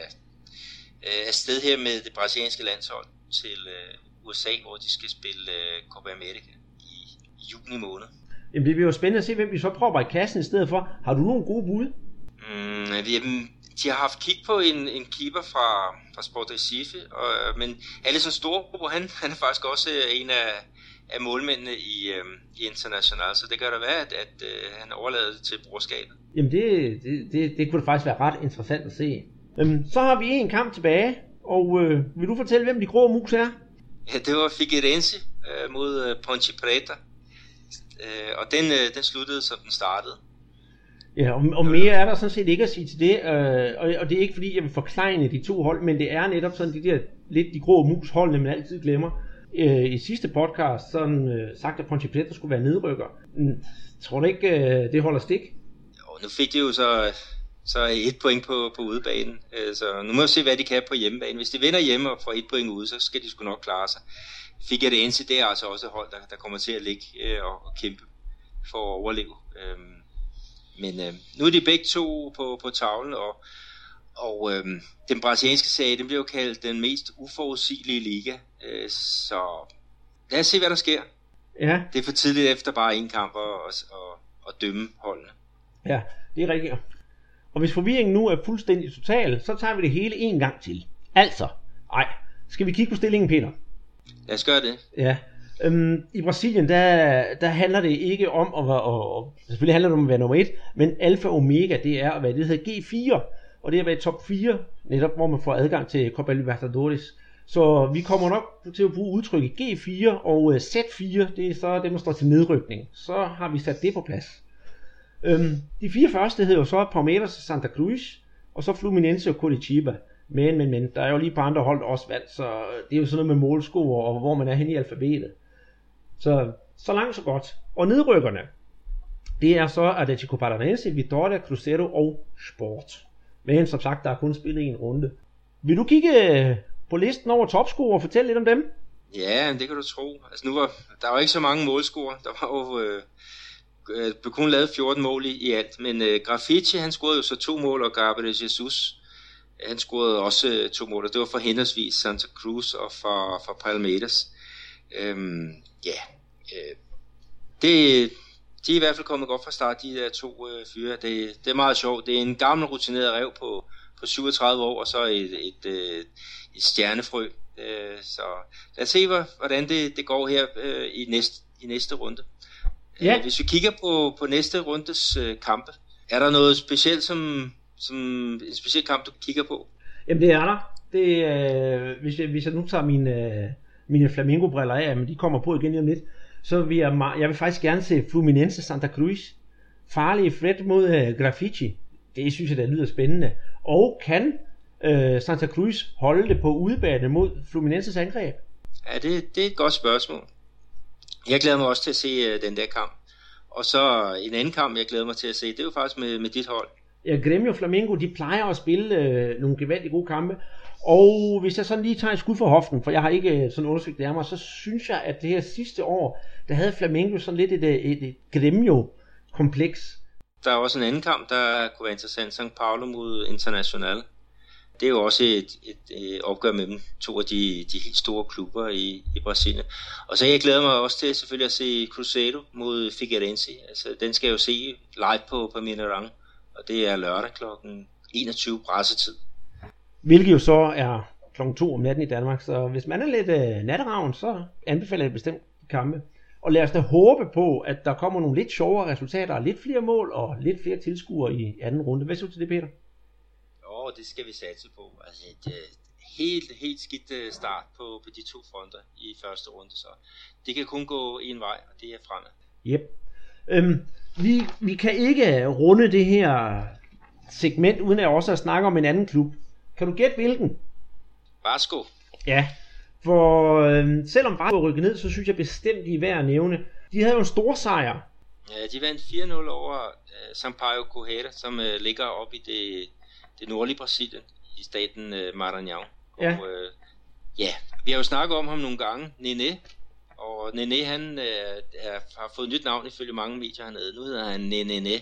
uh, afsted her med det brasilianske landshold til uh, U S A, hvor de skal spille uh, Copa America i, i juni måned. Jamen det bliver jo spændende at se, hvem vi så propper i kassen i stedet for. Har du nogle gode bud? Mm, jamen, de har haft kig på en, en keeper fra, fra Sport Recife, og, men Alisson Storebror, han, han er faktisk også en af, af målmændene i, uh, i International, så det kan da være, at, at uh, han overlader det til brorskabet. Jamen det, det, det, det kunne da faktisk være ret interessant at se. Øhm, så har vi en kamp tilbage, og øh, vil du fortælle, hvem de grå mus er? Ja, det var Figueirense øh, mod øh, Ponte Preta, øh, og den, øh, den sluttede, som den startede. Ja, og, og mere er der sådan set ikke at sige til det, øh, og, og det er ikke fordi, jeg vil forklejne de to hold, men det er netop sådan de der lidt de grå mus holdene, man altid glemmer. Øh, I sidste podcast sådan øh, sagt, at Ponte Preta skulle være nedrykker. Mm, tror du ikke, øh, det holder stik? Og nu fik de jo så, så et point på, på udebanen, så nu må vi se, hvad de kan på hjemmebane. Hvis de vinder hjemme og får et point ude, så skal de sgu nok klare sig. Figueirense, det er altså også et hold, der, der kommer til at ligge og, og kæmpe for at overleve. Men nu er de begge to på, på tavlen, og, og den brasilianske serie, den bliver jo kaldt den mest uforudsigelige liga. Så lad os se, hvad der sker. Ja. Det er for tidligt efter bare en kamp og, og, og dømme holdene. Ja, det er rigtigt. Og hvis forvirringen nu er fuldstændig total, så tager vi det hele en gang til. Altså, ej, skal vi kigge på stillingen, Peter? Lad os gøre det. Ja, øhm, i Brasilien, der, der handler det ikke om at være, og, og selvfølgelig handler det om at være nummer et, men alfa og omega, det er at være, det hedder G fire, og det er at være i top fire, netop hvor man får adgang til Copa Libertadores. Så vi kommer nok til at bruge udtrykket G fire, og Z fire, det er så dem, der står til nedrykning. Så har vi sat det på plads. Øhm, de fire første hedder jo så Palmeiras, Santa Cruz, og så Fluminense og Curitiba. Men, men, men, der er jo lige på andre hold også valgt, så det er jo sådan noget med målscorer, og hvor man er henne i alfabetet. Så, så langt så godt. Og nedrykkerne, det er så Atlético Paranaense, Vitória, Cruzeiro og Sport. Men som sagt, der er kun spillet en runde. Vil du kigge på listen over topscorer og fortælle lidt om dem? Ja, det kan du tro. Altså nu var der var ikke så mange målscorer. Der var jo øh, blev kun lavet fjorten mål i, i alt, men øh, Graffiti, han scorede jo så to mål, og Gabriel Jesus, han scorede også øh, to mål, og det var for henholdsvis Santa Cruz og for, for Palmeiras. Øhm, ja, øh, det, de er i hvert fald kommet godt fra start, de der to øh, fyre. Det, det er meget sjovt. Det er en gammel rutineret rev på, på syvogtredive år, og så et, et, et, et stjernefrø. Øh, så lad os se, hvordan det, det går her øh, i, næste, i næste runde. Ja. Øh, hvis vi kigger på, på næste rundes øh, kampe, er der noget specielt, som, som en speciel kamp, du kigger på? Jamen det er der. Det, øh, hvis, jeg, hvis jeg nu tager mine, øh, mine Flamengo-briller af, men de kommer på igen lige om lidt, så vil jeg, jeg vil faktisk gerne se Fluminense Santa Cruz. Farlige Fred mod øh, Graffiti. Det synes jeg, der lyder spændende. Og kan øh, Santa Cruz holde det på udebane mod Fluminenses angreb? Ja, det, det er et godt spørgsmål. Jeg glæder mig også til at se uh, den der kamp. Og så en anden kamp, jeg glæder mig til at se, det er jo faktisk med, med dit hold. Ja, Grêmio og Flamengo, de plejer at spille øh, nogle gevaldigt gode kampe. Og hvis jeg sådan lige tager et skud for hoften, for jeg har ikke sådan undersøgt det nærmere, så synes jeg, at det her sidste år, der havde Flamengo sådan lidt et, et, et Grêmio-kompleks. Der er også en anden kamp, der kunne være interessant, São Paulo mod Internacional. Det er jo også et, et, et opgør mellem to af de, de helt store klubber i, i Brasilien. Og så jeg glæder mig også til selvfølgelig at se Cruzeiro mod Figueirense. Altså, den skal jeg jo se live på, på Mineirão, og det er lørdag klokken enogtyve brassetid. Hvilket jo så er klokken to om natten i Danmark, så hvis man er lidt øh, natteravn, så anbefaler jeg bestemt kampe. Og lad os da håbe på, at der kommer nogle lidt sjovere resultater, lidt flere mål og lidt flere tilskuere i anden runde. Hvad synes du til det, Peter? Jo, det skal vi satse på. Altså et helt, helt skidt start på, på de to fronter i første runde, så det kan kun gå en vej, og det er fremad. Yep. Øhm, vi, vi kan ikke runde det her segment, uden at også at snakke om en anden klub. Kan du gætte hvilken? Vasco. Ja, for øhm, selvom Vasco rykker ned, så synes jeg bestemt, de er værd at nævne. De havde jo en stor sejr. Ja, de vandt fire nul over uh, Sampaio Corrêa, som uh, ligger oppe i det, det nordlige Brasilien, i staten uh, Maranhão. Ja. Og uh, ja, vi har jo snakket om ham nogle gange, Nené. Og Nené, han uh, er, har fået nyt navn ifølge mange medier hernede. Nu hedder han Nené.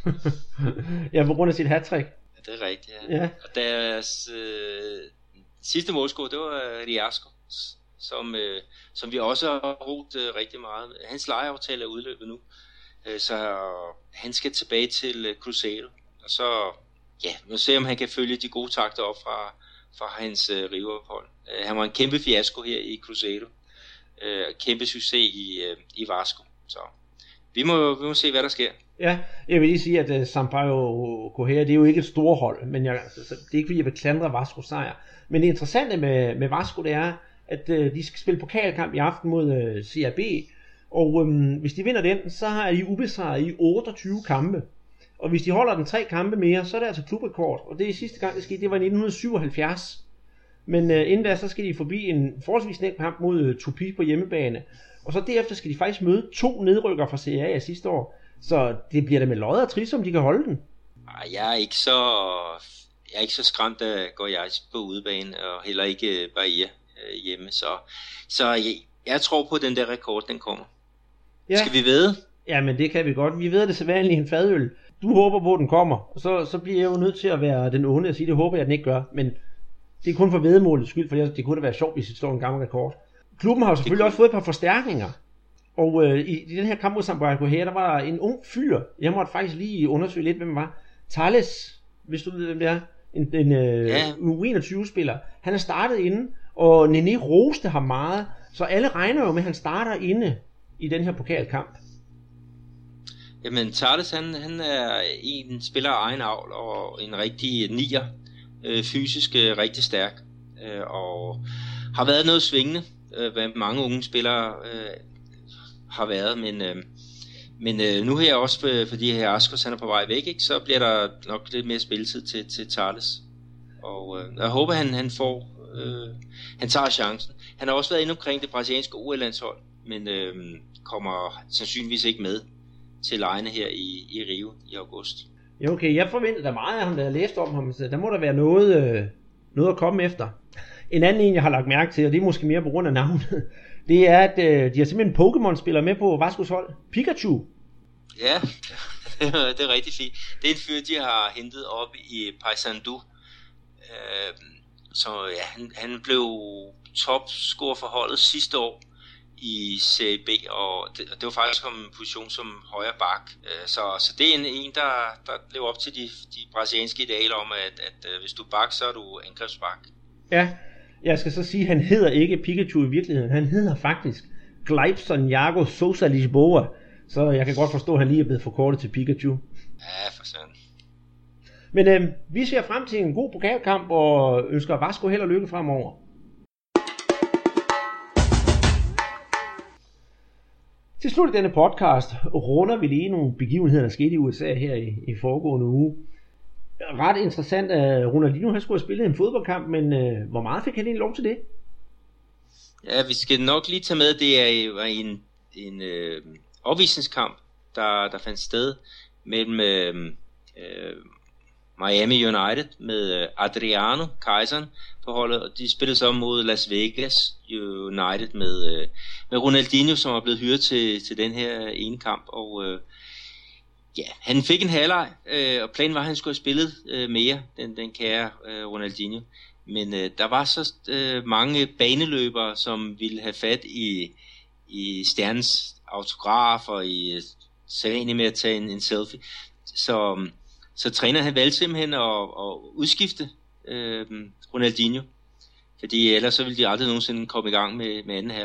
Ja, på grund af sit hattrick. Ja, det er rigtigt, ja. ja. Og deres øh, sidste målscore, det var Riasco, som, øh, som vi også har rodt øh, rigtig meget. Hans lejeaftale er udløbet nu, øh, så han skal tilbage til øh, Cruzeiro. Og så, ja, nu ser om han kan følge de gode takter op fra, fra hans øh, riveophold. Øh, han var en kæmpe fiasko her i Cruzeiro. Øh, kæmpe succes i, øh, i Vasco. Så vi må, vi må se, hvad der sker. Ja, jeg vil lige sige, at uh, Sampaio Corrêa, det er jo ikke et store hold, men jeg, altså, det er ikke fordi, jeg vil klandre Vasco sejr. Men det interessante med, med Vasco, det er, at uh, de skal spille pokalkamp i aften mod uh, C R B, og um, hvis de vinder den, så har de ubesejret i otteogtyve kampe. Og hvis de holder den tre kampe mere, så er det altså klubrekord, og det er sidste gang, det skete, det var i nitten syvoghalvfjerds. Men uh, inden da, så skal de forbi en forholdsvis nem kamp mod uh, Tupi på hjemmebane, og så derefter skal de faktisk møde to nedrykkere fra Serie A sidste år. Så det bliver da med lodder og trist, om de kan holde den. Jeg er ikke så, jeg er ikke så skræmt af Goiás på udebane, og heller ikke Bahia hjemme. Så, så jeg, jeg tror på, at den der rekord, den kommer. Ja. Skal vi vide? Ja, men det kan vi godt. Vi ved det sædvanligt i en fadøl. Du håber på, at den kommer. Og så, så bliver jeg jo nødt til at være den onde og sige, det håber jeg, den ikke gør. Men det er kun for væddemålets skyld, for det kunne da være sjovt, hvis det står en gammel rekord. Klubben har jo selvfølgelig også fået et par forstærkninger. Og øh, i, i den her kamp mod Sampaio Corrêa, der var en ung fyr. Jeg måtte faktisk lige undersøge lidt, hvem det var. Thales, hvis du ved, hvem det er. En, en øh, ja. U enogtyve-spiller. Han er startet inde, og Nené roste ham meget. Så alle regner jo med, at han starter inde i den her pokalkamp. Jamen, Thales, han, han er en spiller af egen avl, og en rigtig nier. Øh, fysisk øh, rigtig stærk. Øh, og har været noget svingende, øh, hvad mange unge spillere øh, har været, men, øh, men øh, nu her også, øh, fordi her Askos han er på vej væk, ikke, så bliver der nok lidt mere spilletid til, til Thales. Og øh, jeg håber, han, han får, øh, han tager chancen. Han har også været inde omkring det brasilianske O L-landshold, men øh, kommer sandsynligvis ikke med til lejene her i, i Rio i august. Ja, okay, jeg forventede da meget af ham, da jeg læste om ham, så der må der være noget, øh, noget at komme efter. En anden en, jeg har lagt mærke til, og det er måske mere på grund af navnet, det er, at øh, de har simpelthen Pokémon-spillere med på Vascos hold. Pikachu. Ja, det er rigtig fint. Det er en fyr, de har hentet op i Paysandú. Øh, så ja, han, han blev topscorer for holdet sidste år i Serie B, og det, det var faktisk om en position som højre bak. Øh, så, så det er en, en der, der lever op til de, de brasilianske idealer om, at, at, at hvis du er bak, så er du angrebsbak. Ja, jeg skal så sige, at han hedder ikke Pikachu i virkeligheden. Han hedder faktisk Gleibson Iago Souza Lisboa. Så jeg kan godt forstå, at han lige er blevet forkortet til Pikachu. Ja, for sådan. Men øh, vi ser frem til en god pokalkamp og ønsker Vasco held og lykke fremover. Til slut i denne podcast runder vi lige nogle begivenheder, der skete i U S A her i, i foregående uge. Ret interessant, at Ronaldinho han skulle have spillet en fodboldkamp, men øh, hvor meget fik han egentlig lov til det? Ja, vi skal nok lige tage med, det er en, en øh, opvisningskamp, der, der fandt sted mellem øh, øh, Miami United med Adriano, Kejseren, på holdet, og de spillede så mod Las Vegas United med, øh, med Ronaldinho, som er blevet hyret til, til den her ene kamp, og øh, ja, han fik en halvleg, øh, og planen var, at han skulle have spillet øh, mere, den, den kære øh, Ronaldinho. Men øh, der var så øh, mange baneløbere, som ville have fat i, i stjernens autograf og i øh, sædvanligt med at tage en, en selfie. Så, så træner han valgte simpelthen at, at udskifte øh, Ronaldinho, fordi ellers så ville de aldrig nogensinde komme i gang med, med anden halvleg.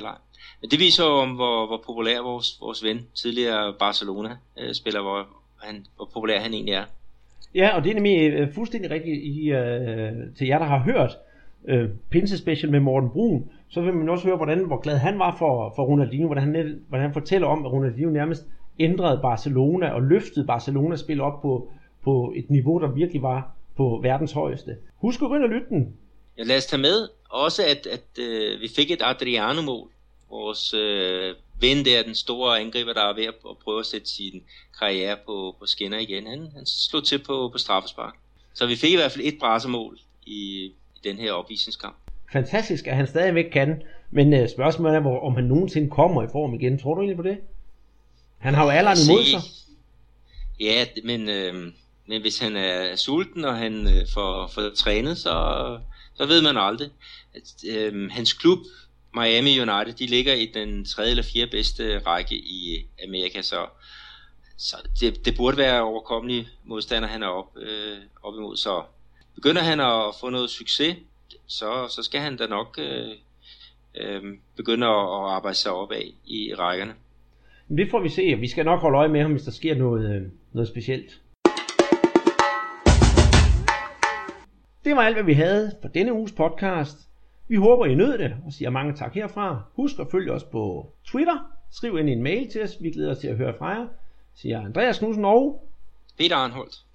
Men det viser jo om, hvor, hvor populær vores, vores ven, tidligere Barcelona-spiller, hvor, han, hvor populær han egentlig er. Ja, og det er nemlig øh, fuldstændig rigtigt i, øh, til jer, der har hørt øh, Pinse Special med Morten Brun, så vil man også høre, hvordan, hvor glad han var for, for Ronaldinho, hvordan han, hvordan han fortæller om, at Ronaldinho nærmest ændrede Barcelona og løftede Barcelonas spil op på, på et niveau, der virkelig var på verdens højeste. Husk at gå ind og lytte den. Ja, lad os tage med også, at, at øh, vi fik et Adriano-mål. Vores øh, ven der, den store angriber, der er ved at prøve at sætte sin karriere på, på skinner igen. Han, han slog til på, på straffespark. Så vi fik i hvert fald et brassermål i, i den her opvisningskamp. Fantastisk, at han stadigvæk kan. Men øh, spørgsmålet er, hvor, om han nogensinde kommer i form igen. Tror du egentlig på det? Han har jo alderen imod sig. Ja, men, øh, men hvis han er sulten, og han øh, får, får trænet, så, så ved man aldrig. At, øh, hans klub, Miami United, de ligger i den tredje eller fjerde bedste række i Amerika, så, så det, det burde være overkommelige modstander, han er op, øh, op imod. Så begynder han at få noget succes, så, så skal han da nok øh, øh, begynde at, at arbejde sig opad i rækkerne. Det får vi se. Vi skal nok holde øje med ham, hvis der sker noget, noget specielt. Det var alt, hvad vi havde for denne uges podcast. Vi håber, I nød det, og siger mange tak herfra. Husk at følge os på Twitter. Skriv ind en mail til os. Vi glæder os til at høre fra jer. Siger Andreas Knudsen og Peter Arnholdt.